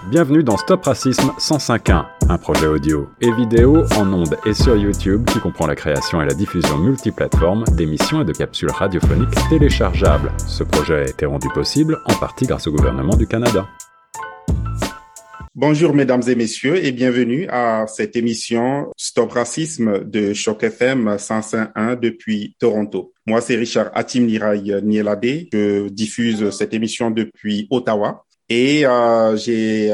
Bienvenue dans Stop Racisme 105.1, un projet audio et vidéo en ondes et sur YouTube qui comprend la création et la diffusion multiplateforme d'émissions et de capsules radiophoniques téléchargeables. Ce projet a été rendu possible en partie grâce au gouvernement du Canada. Bonjour mesdames et messieurs et bienvenue à cette émission Stop Racisme de Choc FM 105.1 depuis Toronto. Moi c'est Richard Atim-Lirai Nielade, je diffuse cette émission depuis Ottawa et j'ai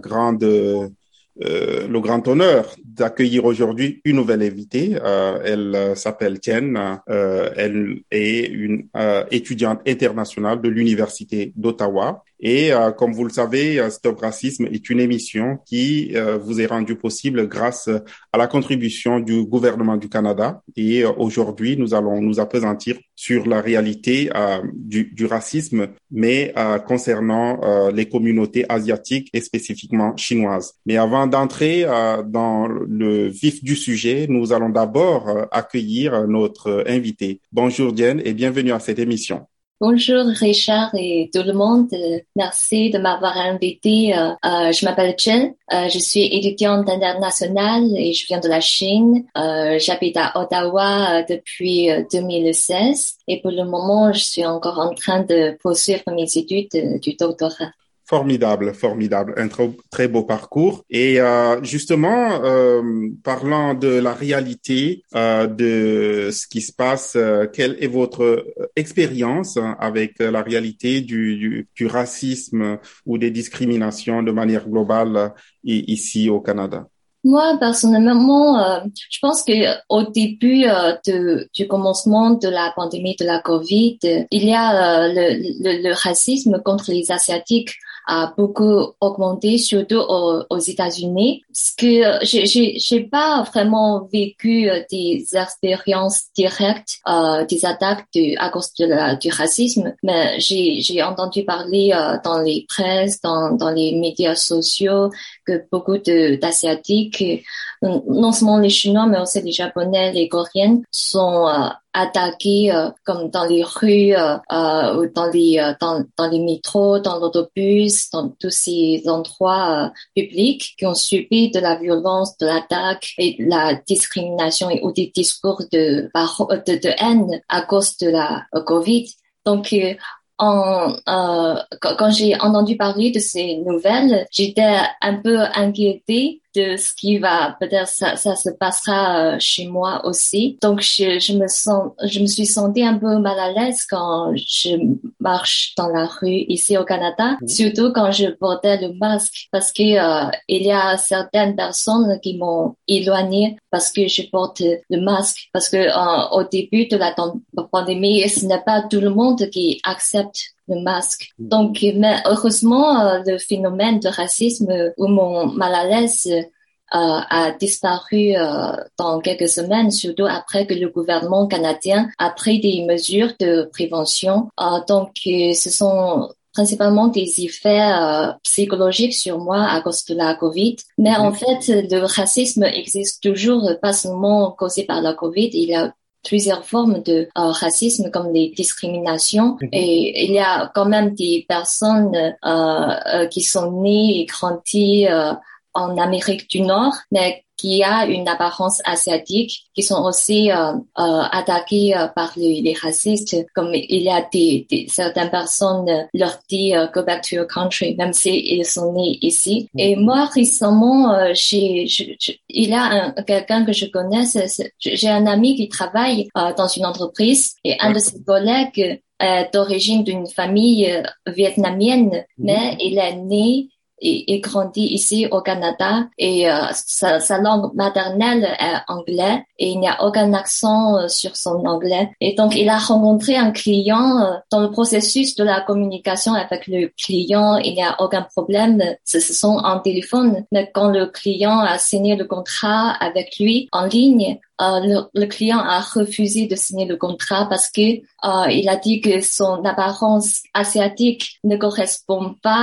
le grand honneur d'accueillir aujourd'hui une nouvelle invitée. Elle s'appelle Tien. Elle est une étudiante internationale de l'Université d'Ottawa. Et comme vous le savez, Stop Racisme est une émission qui vous est rendue possible grâce à la contribution du gouvernement du Canada. Et aujourd'hui, nous allons nous appesantir sur la réalité du racisme, mais concernant les communautés asiatiques et spécifiquement chinoises. Mais avant d'entrer dans le vif du sujet, nous allons d'abord accueillir notre invité. Bonjour Diane et bienvenue à cette émission. Bonjour Richard et tout le monde. Merci de m'avoir invité. Je m'appelle Chen. Je suis étudiante internationale et je viens de la Chine. J'habite à Ottawa depuis 2016 et pour le moment, je suis encore en train de poursuivre mes études du doctorat. Formidable. Un très beau parcours. Et justement, parlant de la réalité de ce qui se passe, quelle est votre expérience avec la réalité du racisme ou des discriminations de manière globale ici au Canada? Moi, personnellement, je pense que au début du commencement de la pandémie de la COVID, il y a le racisme contre les Asiatiques a beaucoup augmenté, surtout aux États-Unis. Ce que j'ai pas vraiment vécu des expériences directes, des attaques à cause du racisme, mais j'ai entendu parler dans les presses, dans les médias sociaux que beaucoup d'Asiatiques, non seulement les Chinois, mais aussi les Japonais, les Coréens, sont attaqués comme dans les rues, ou dans les métros, dans l'autobus, dans tous ces endroits publics qui ont subi de la violence, de l'attaque et de la discrimination ou des discours de haine à cause de la COVID. Donc, quand j'ai entendu parler de ces nouvelles, j'étais un peu inquiétée de ce qui va, peut-être ça se passera chez moi aussi. Donc je me suis sentie un peu mal à l'aise quand je marche dans la rue ici au Canada, surtout quand je portais le masque, parce que il y a certaines personnes qui m'ont éloignée parce que je porte le masque, parce que au début de la pandémie, ce n'est pas tout le monde qui accepte le masque. Donc, mais heureusement, le phénomène de racisme ou mon mal à l'aise a disparu dans quelques semaines, surtout après que le gouvernement canadien a pris des mesures de prévention. Donc, ce sont principalement des effets psychologiques sur moi à cause de la COVID. Mais en fait, le racisme existe toujours, pas seulement causé par la COVID. Il y a plusieurs formes de racisme comme les discriminations et il y a quand même des personnes qui sont nées et grandies en Amérique du Nord mais qui a une apparence asiatique, qui sont aussi attaqués par les racistes, comme il y a certaines personnes leur disent go back to your country, même s'ils sont nés ici. Et moi, récemment, il y a quelqu'un que je connais, j'ai un ami qui travaille dans une entreprise et un de ses collègues est d'origine d'une famille vietnamienne, mais il est né et grandi ici au Canada et sa langue maternelle est anglais et il n'y a aucun accent sur son anglais. Et donc, il a rencontré un client dans le processus de la communication avec le client. Il n'y a aucun problème. Ce sont en téléphone. Mais quand le client a signé le contrat avec lui en ligne, le client a refusé de signer le contrat parce que il a dit que son apparence asiatique ne correspond pas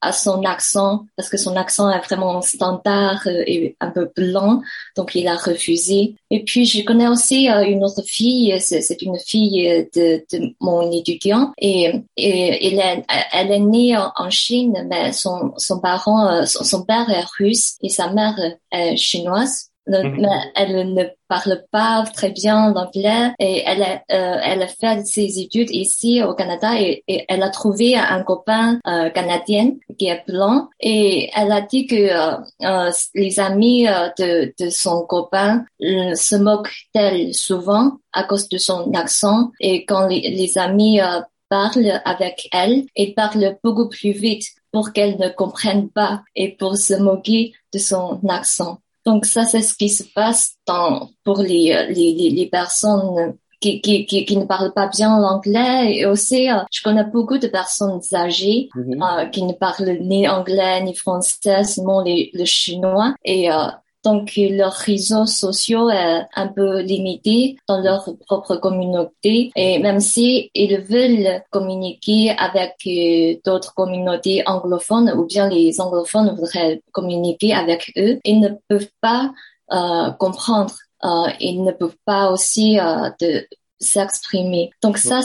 à son accent, parce que son accent est vraiment standard et un peu blanc, donc il a refusé. Et puis je connais aussi une autre fille, c'est une fille de mon étudiant, et elle est née en Chine, mais son père est russe et sa mère est chinoise. Mais elle ne parle pas très bien l'anglais et elle a fait ses études ici au Canada et elle a trouvé un copain canadien qui est blanc et elle a dit que les amis de son copain se moquent d'elle souvent à cause de son accent et quand les amis parlent avec elle, ils parlent beaucoup plus vite pour qu'elle ne comprenne pas et pour se moquer de son accent. Donc ça, c'est ce qui se passe pour les personnes qui ne parlent pas bien l'anglais. Et aussi, je connais beaucoup de personnes âgées qui ne parlent ni anglais ni français, sinon le chinois. Et donc leurs réseaux sociaux est un peu limité dans leur propre communauté et même si ils veulent communiquer avec d'autres communautés anglophones ou bien les anglophones voudraient communiquer avec eux, ils ne peuvent pas comprendre, ils ne peuvent pas aussi s'exprimer. Donc ça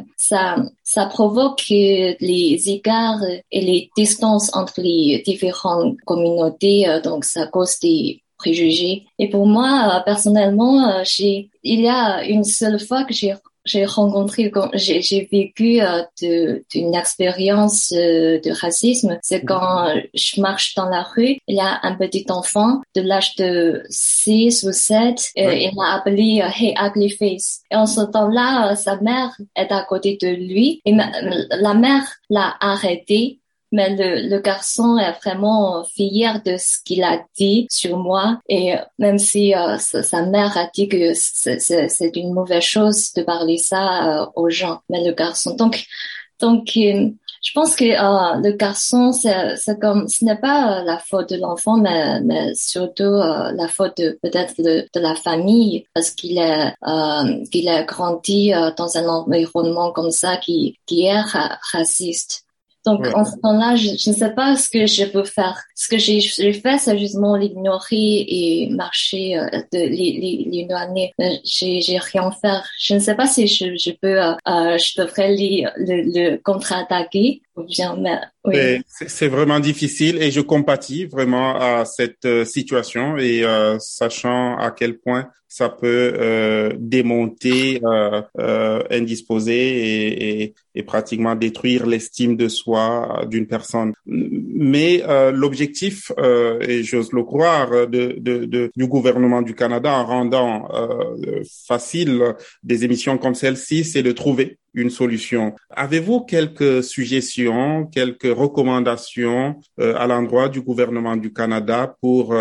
provoque les écarts et les distances entre les différentes communautés, donc ça cause des préjugés. Et pour moi, personnellement, il y a une seule fois que j'ai rencontré, j'ai vécu d'une expérience de racisme. C'est quand je marche dans la rue, il y a un petit enfant de l'âge de 6 ou 7, il m'a appelé Hey Ugly Face. Et en ce temps-là, sa mère est à côté de lui et la mère l'a arrêté. Mais le garçon est vraiment fier de ce qu'il a dit sur moi et même si sa mère a dit que c'est une mauvaise chose de parler ça aux gens, mais le garçon donc je pense que le garçon c'est comme ce n'est pas la faute de l'enfant mais surtout la faute peut-être de la famille parce qu'il a grandi dans un environnement comme ça qui est raciste. Donc, en ce temps-là, je ne sais pas ce que je peux faire. Ce que j'ai fait, c'est justement l'ignorer et marcher, l'éloigner. J'ai rien faire. Je ne sais pas si je peux, je devrais le contre-attaquer ou bien, mais oui. C'est vraiment difficile et je compatis vraiment à cette situation et sachant à quel point ça peut démonter, indisposer et pratiquement détruire l'estime de soi d'une personne. Mais l'objectif, et j'ose le croire, du gouvernement du Canada en rendant facile des émissions comme celle-ci, c'est de trouver une solution. Avez-vous quelques suggestions, quelques recommandations à l'endroit du gouvernement du Canada pour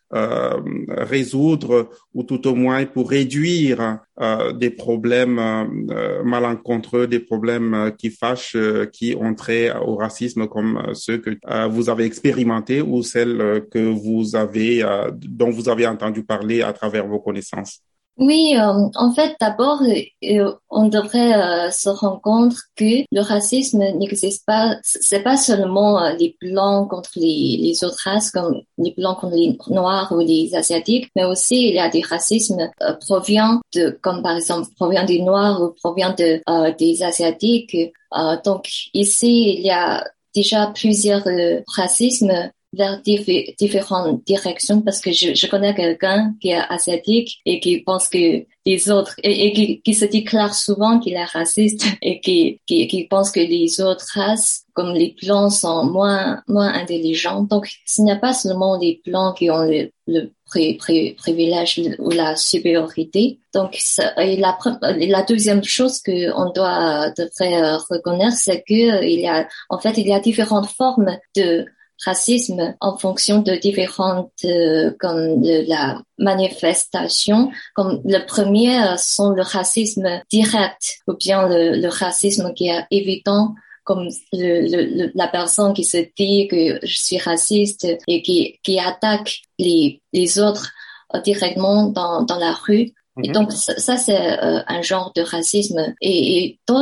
résoudre ou tout au moins pour réduire des problèmes malencontreux, des problèmes qui fâchent, qui ont trait au racisme comme ceux que vous avez expérimentés ou celles que vous avez dont vous avez entendu parler à travers vos connaissances? Oui, en fait, d'abord, on devrait se rendre compte que le racisme n'existe pas. C'est pas seulement les blancs contre les autres races, comme les blancs contre les noirs ou les asiatiques, mais aussi il y a des racismes comme par exemple provient des noirs ou provient des asiatiques. Donc ici, il y a déjà plusieurs racismes vers différentes directions parce que je connais quelqu'un qui est asiatique et qui pense que les autres et qui se déclare souvent qu'il est raciste et qui pense que les autres races comme les blancs sont moins intelligents. Donc ce n'est pas seulement les blancs qui ont le privilège ou la supériorité. Donc la deuxième chose que on devrait reconnaître, c'est que il y a différentes formes de racisme en fonction de différentes comme la manifestation. Comme le premier sont le racisme direct ou bien le racisme qui est évident, comme la personne qui se dit que je suis raciste et qui attaque les autres directement dans la rue. Et donc ça c'est un genre de racisme et d'autres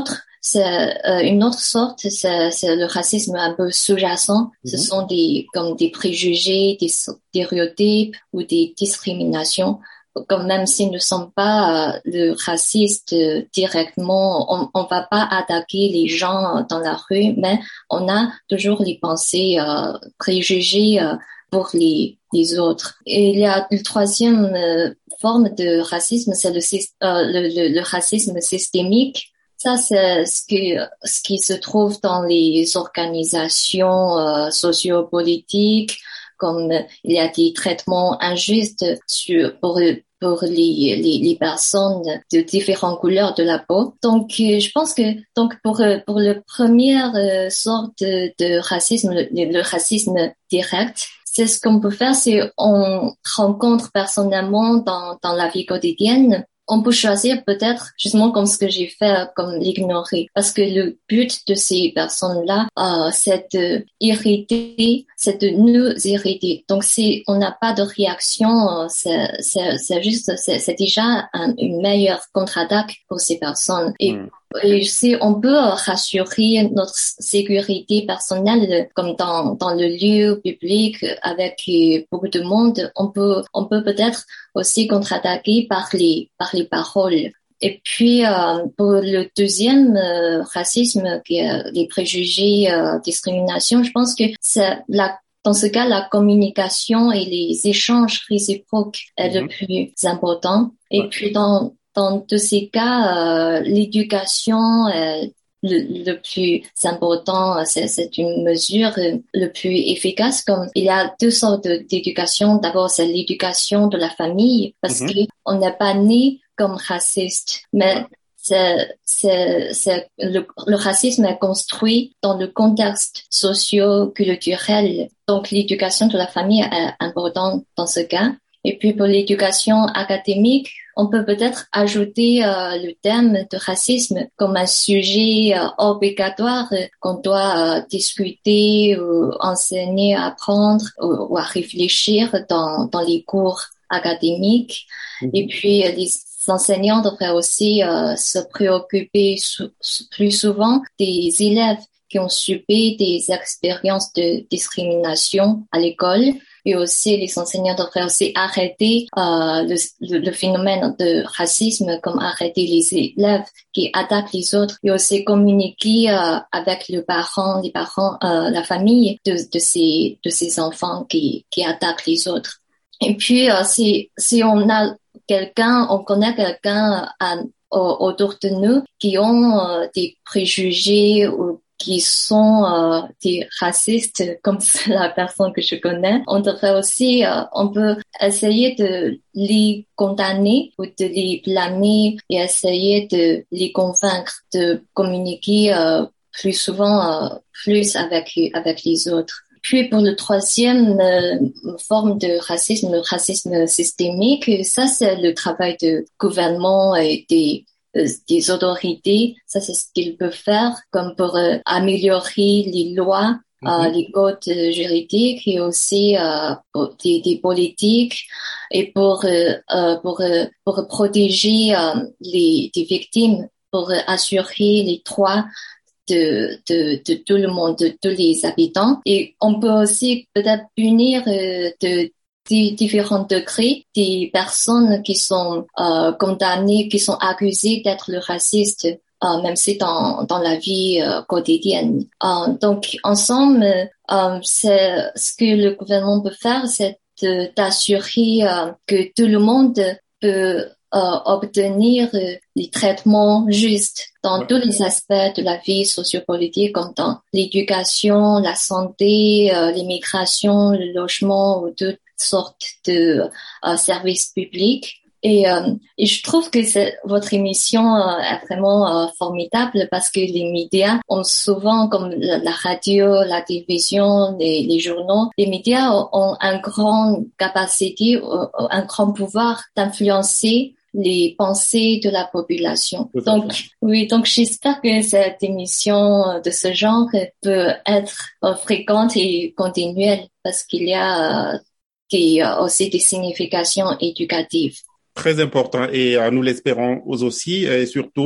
c'est une autre sorte, c'est le racisme un peu sous-jacent. Ce sont comme des préjugés, des stéréotypes ou des discriminations. Comme même s'ils ne sont pas le raciste directement, on va pas attaquer les gens dans la rue, mais on a toujours les pensées préjugées pour les autres. Et il y a une troisième forme de racisme, c'est le racisme systémique. Ça, c'est ce qui se trouve dans les organisations sociopolitiques, comme il y a des traitements injustes pour les personnes de différentes couleurs de la peau. Donc, je pense que pour le première sorte de racisme, le racisme direct, c'est ce qu'on peut faire, c'est on rencontre personnellement dans la vie quotidienne. On peut choisir peut-être justement comme ce que j'ai fait, comme l'ignorer, parce que le but de ces personnes-là, c'est de irriter, c'est de nous irriter. Donc si on n'a pas de réaction, c'est juste, c'est déjà une meilleure contre-attaque pour ces personnes. Et si on peut rassurer notre sécurité personnelle, comme dans le lieu public avec beaucoup de monde, on peut peut-être aussi contre-attaquer par les paroles. Et puis pour le deuxième racisme, qui est les préjugés, discrimination, je pense que c'est dans ce cas, la communication et les échanges réciproques est le plus important. Et puis dans tous ces cas, l'éducation est le plus important, c'est une mesure le plus efficace. Comme il y a deux sortes d'éducation. D'abord, c'est l'éducation de la famille, parce que on n'est pas né comme raciste, mais le racisme est construit dans le contexte socio-culturel. Donc, l'éducation de la famille est importante dans ce cas. Et puis, pour l'éducation académique, on peut peut-être ajouter le thème de racisme comme un sujet obligatoire qu'on doit discuter ou enseigner, apprendre ou à réfléchir dans les cours académiques. Et puis, les enseignants devraient aussi se préoccuper plus souvent des élèves qui ont subi des expériences de discrimination à l'école. Et aussi, les enseignants devraient aussi arrêter le phénomène de racisme, comme arrêter les élèves qui attaquent les autres, et aussi communiquer avec les parents, la famille de ces enfants qui attaquent les autres. Et puis, si on connaît quelqu'un autour de nous qui ont des préjugés ou qui sont des racistes comme la personne que je connais, on devrait aussi, on peut essayer de les condamner ou de les blâmer et essayer de les convaincre de communiquer plus souvent, plus avec les autres. Puis pour le troisième forme de racisme, le racisme systémique, ça c'est le travail de gouvernement et des autorités. Ça c'est ce qu'ils peuvent faire comme pour améliorer les lois, les codes juridiques et aussi des politiques et pour protéger les victimes, pour assurer les droits de tout le monde, de tous les habitants. Et on peut aussi peut-être punir de différents degrés des personnes qui sont condamnées, qui sont accusées d'être le raciste, même si dans la vie quotidienne. Donc ensemble, c'est ce que le gouvernement peut faire, c'est d'assurer que tout le monde peut obtenir les traitements justes dans tous les aspects de la vie sociopolitique, comme dans l'éducation, la santé, l'immigration, le logement ou toutes sortes de services publics. Et je trouve que votre émission est vraiment formidable parce que les médias ont souvent, comme la radio, la télévision, les journaux, les médias ont un grand capacité, un grand pouvoir d'influencer les pensées de la population. Donc j'espère que cette émission de ce genre peut être fréquente et continuelle parce qu'il y a aussi des significations éducatives. Très important et nous l'espérons aussi et surtout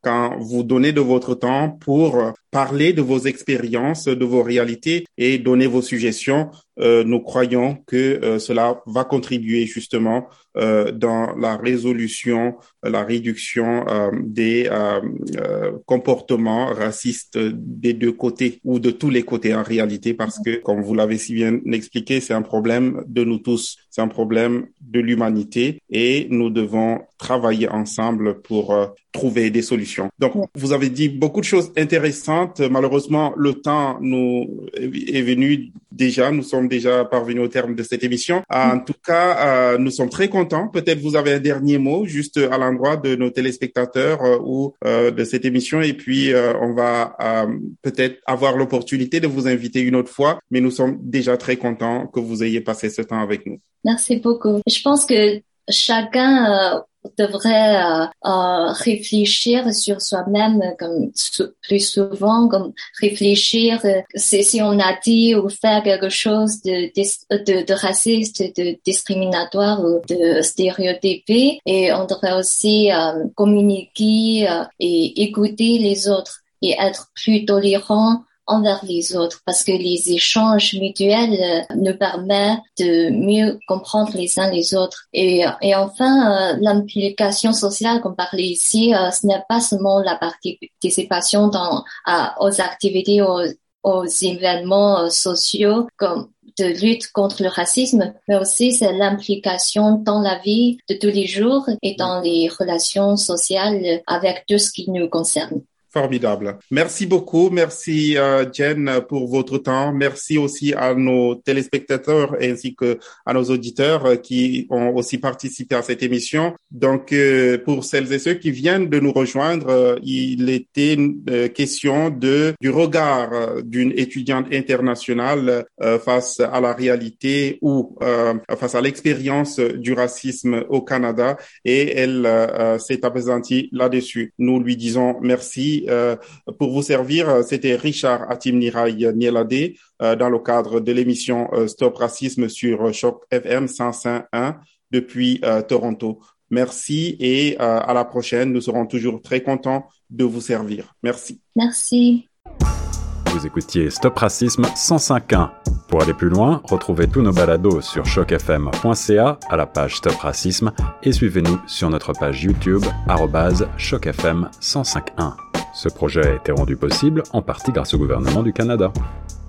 quand vous donnez de votre temps pour parler de vos expériences, de vos réalités et donner vos suggestions. Nous croyons que cela va contribuer justement dans la résolution, la réduction des comportements racistes des deux côtés ou de tous les côtés en réalité, parce que, comme vous l'avez si bien expliqué, c'est un problème de nous tous, c'est un problème de l'humanité et nous devons travailler ensemble pour trouver des solutions. Donc, vous avez dit beaucoup de choses intéressantes. Malheureusement, le temps nous est venu déjà. Nous sommes déjà parvenus au terme de cette émission. En tout cas, nous sommes très contents. Peut-être vous avez un dernier mot juste à l'endroit de nos téléspectateurs ou de cette émission. Et puis, on va peut-être avoir l'opportunité de vous inviter une autre fois. Mais nous sommes déjà très contents que vous ayez passé ce temps avec nous. Merci beaucoup. Je pense que chacun devrait réfléchir sur soi-même comme plus souvent, comme réfléchir si on a dit ou fait quelque chose de raciste, de discriminatoire ou de stéréotypé, et on devrait aussi communiquer et écouter les autres et être plus tolérant envers les autres, parce que les échanges mutuels nous permettent de mieux comprendre les uns les autres. Et enfin, l'implication sociale qu'on parlait ici, ce n'est pas seulement la participation aux activités, aux événements sociaux comme de lutte contre le racisme, mais aussi c'est l'implication dans la vie de tous les jours et dans les relations sociales avec tout ce qui nous concerne. Formidable. Merci beaucoup. Merci, Jen, pour votre temps. Merci aussi à nos téléspectateurs ainsi que à nos auditeurs qui ont aussi participé à cette émission. Donc, pour celles et ceux qui viennent de nous rejoindre, il était question du regard d'une étudiante internationale face à la réalité ou face à l'expérience du racisme au Canada, et elle s'est appesantie là-dessus. Nous lui disons merci. Pour vous servir, c'était Richard Atimnirai Nielade dans le cadre de l'émission Stop Racisme sur Choc FM 105.1 depuis Toronto. Merci et à la prochaine. Nous serons toujours très contents de vous servir. Merci. Merci. Vous écoutiez Stop Racisme 105.1. Pour aller plus loin, retrouvez tous nos balados sur chocfm.ca à la page Stop Racisme et suivez-nous sur notre page YouTube @chocfm 105.1. Ce projet a été rendu possible en partie grâce au gouvernement du Canada.